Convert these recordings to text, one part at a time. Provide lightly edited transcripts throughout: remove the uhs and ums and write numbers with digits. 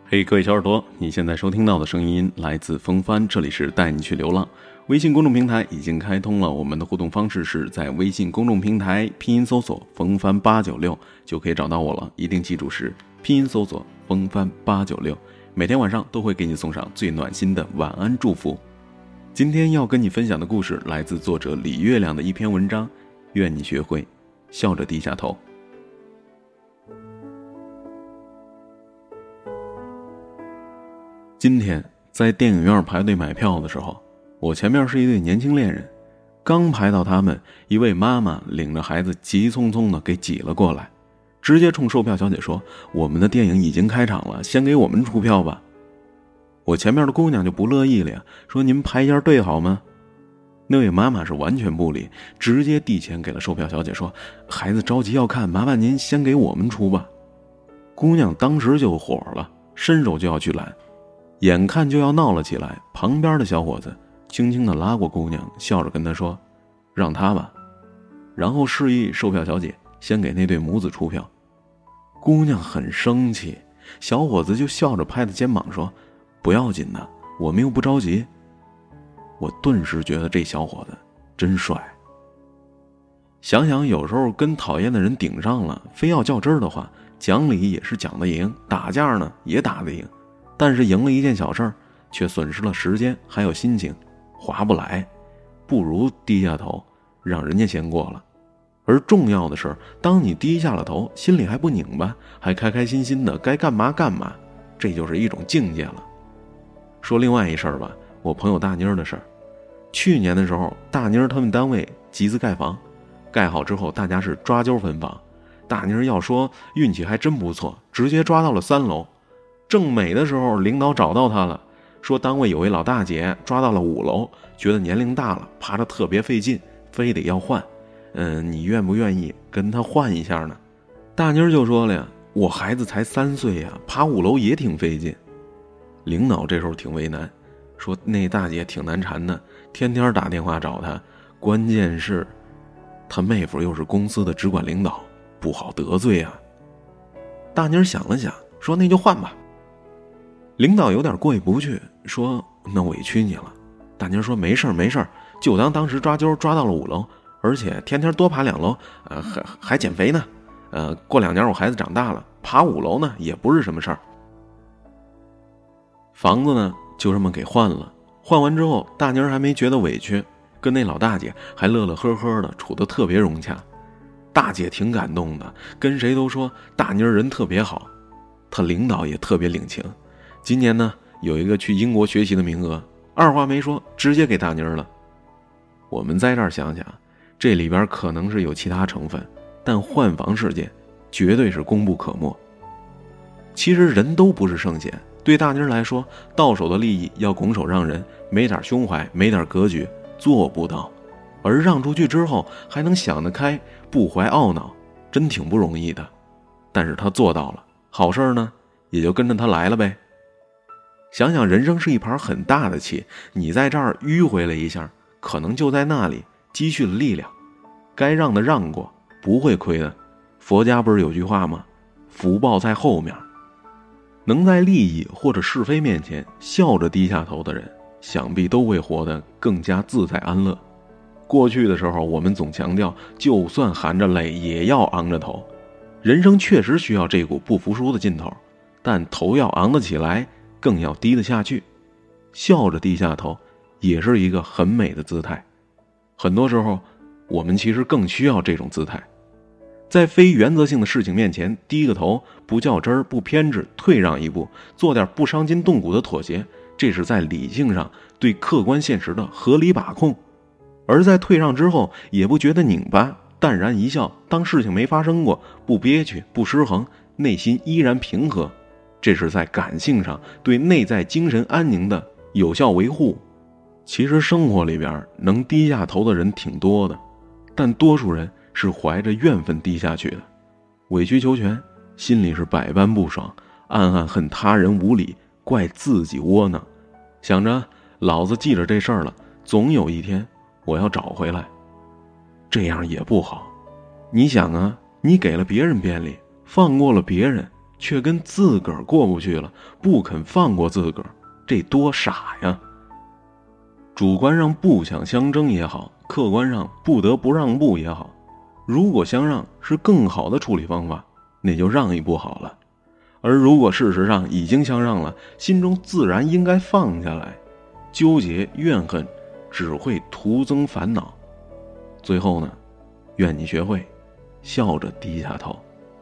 嘿，各位小耳朵，你现在收听到的声音来自风帆，这里是带你去流浪。微信公众平台已经开通了，我们的互动方式是在微信公众平台拼音搜索风帆896就可以找到我了，一定记住是拼音搜索风帆896，每天晚上都会给你送上最暖心的晚安祝福。今天要跟你分享的故事来自作者李月亮的一篇文章，愿你学会笑着低下头。今天在电影院排队买票的时候，我前面是一对年轻恋人，刚排到他们，一位妈妈领着孩子急匆匆的给挤了过来，直接冲售票小姐说，我们的电影已经开场了，先给我们出票吧。我前面的姑娘就不乐意了呀，说您排一下队好吗？那位妈妈是完全不理，直接递钱给了售票小姐，说孩子着急要看，麻烦您先给我们出吧。姑娘当时就火了，伸手就要去拦，眼看就要闹了起来，旁边的小伙子轻轻地拉过姑娘，笑着跟她说，让她吧，然后示意售票小姐先给那对母子出票。姑娘很生气，小伙子就笑着拍她肩膀说，不要紧的，我们又不着急。我顿时觉得这小伙子真帅。想想有时候跟讨厌的人顶上了，非要较真的话，讲理也是讲得赢，打架呢也打得赢，但是赢了一件小事，却损失了时间还有心情，划不来，不如低下头让人家先过了。而重要的是，当你低下了头，心里还不拧巴，还开开心心的该干嘛干嘛，这就是一种境界了。说另外一事儿吧，我朋友大妮儿的事儿。去年的时候，大妮儿他们单位集资盖房，盖好之后大家是抓阄分房，大妮儿要说运气还真不错，直接抓到了3楼。正美的时候，领导找到他了，说单位有位老大姐抓到了5楼，觉得年龄大了，爬得特别费劲，非得要换。你愿不愿意跟他换一下呢？大妮儿就说了呀，我孩子才3岁呀，爬5楼也挺费劲。领导这时候挺为难，说那大姐挺难缠的，天天打电话找他，关键是他妹夫又是公司的直管领导，不好得罪啊。大妮儿想了想，说那就换吧。领导有点过意不去，说那委屈你了。大妮儿说没事没事，就当当时抓阄抓到了5楼，而且天天多爬2楼，还减肥呢。过2年我孩子长大了，爬5楼呢也不是什么事儿。房子呢就这么给换了，换完之后大妮儿还没觉得委屈，跟那老大姐还乐乐呵呵的，处得特别融洽。大姐挺感动的，跟谁都说大妮儿人特别好，她领导也特别领情。今年呢有一个去英国学习的名额，二话没说直接给大妮儿了。我们在这儿想想，这里边可能是有其他成分，但换房事件绝对是功不可没。其实人都不是圣贤，对大妮儿来说，到手的利益要拱手让人，没点胸怀没点格局做不到，而让出去之后还能想得开，不怀懊恼，真挺不容易的。但是他做到了，好事呢也就跟着他来了呗。想想人生是一盘很大的棋，你在这儿迂回了一下，可能就在那里积蓄了力量，该让的让过，不会亏的。佛家不是有句话吗？福报在后面。能在利益或者是非面前笑着低下头的人，想必都会活得更加自在安乐。过去的时候我们总强调，就算含着泪也要昂着头，人生确实需要这股不服输的劲头，但头要昂得起来，更要低得下去。笑着低下头也是一个很美的姿态，很多时候我们其实更需要这种姿态。在非原则性的事情面前低个头，不较真儿不偏执，退让一步，做点不伤筋动骨的妥协，这是在理性上对客观现实的合理把控。而在退让之后也不觉得拧巴，淡然一笑，当事情没发生过，不憋屈不失衡，内心依然平和，这是在感性上对内在精神安宁的有效维护。其实生活里边能低下头的人挺多的，但多数人是怀着怨愤低下去的，委曲求全，心里是百般不爽，暗暗恨他人无理，怪自己窝囊，想着老子记着这事儿了，总有一天我要找回来。这样也不好。你想啊，你给了别人便利，放过了别人， 却跟自个儿过不去了，不肯放过自个儿，这多傻呀！主观上不想相争也好，客观上不得不让步也好，如果相让是更好的处理方法，那就让一步好了。而如果事实上已经相让了，心中自然应该放下来，纠结怨恨只会徒增烦恼。最后呢，愿你学会笑着低下头。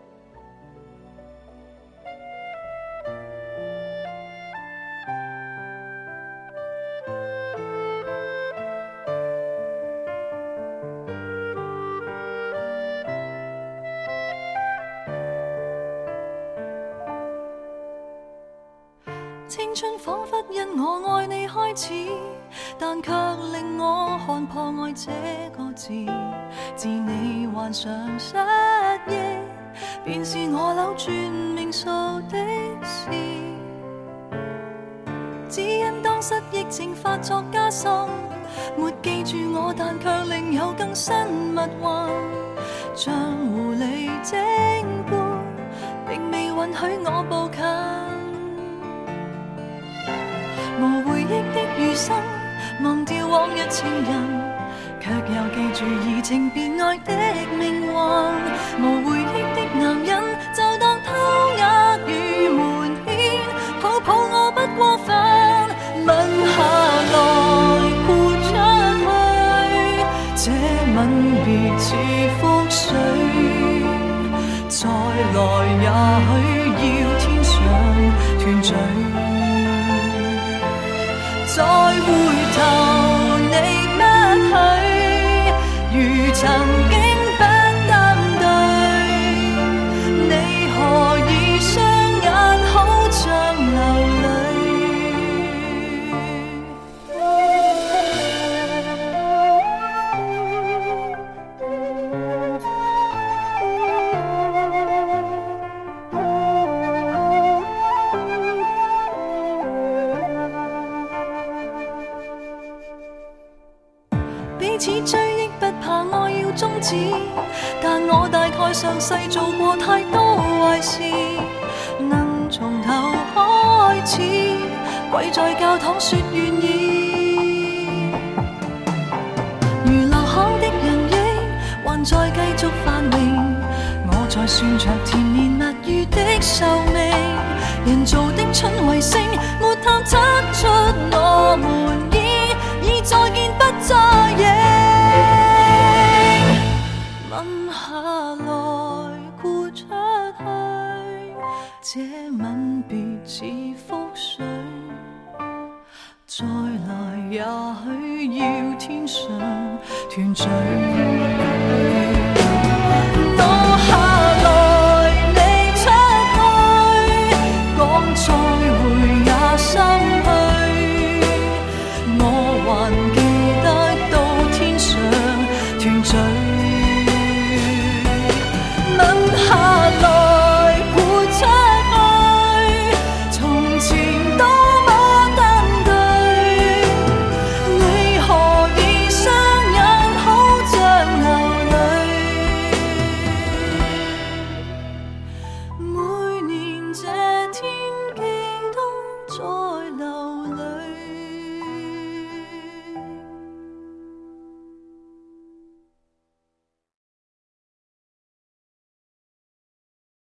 青春仿佛因我愛你開始，但卻令我看破愛這個字。自你患上失憶，便是我扭轉命數的事。只因當失憶症發作加深，沒記住我，但卻另有更新密運。像狐狸精般，並未允許我步近。無回憶的餘生，忘掉往日情人，卻又記住移情別愛的命運。無回憶的男人，就當偷呃與瞞騙，抱抱我不過分，吻下來豁出去，這吻別似覆水，再來也許要天上團聚。再回頭你不許，如曾經不擔對，你何以雙眼好像流淚。彼此追憶不怕愛要終止，但我大概上世做過太多壞事，能從頭開始，跪在教堂說願意。如流行的人影還在繼續繁榮，我在算着甜言蜜語的壽命，人造的春衛星沒探測出我們已再見不再認。吻下來豁出去，這吻別似覆水，再來也許要天上團聚。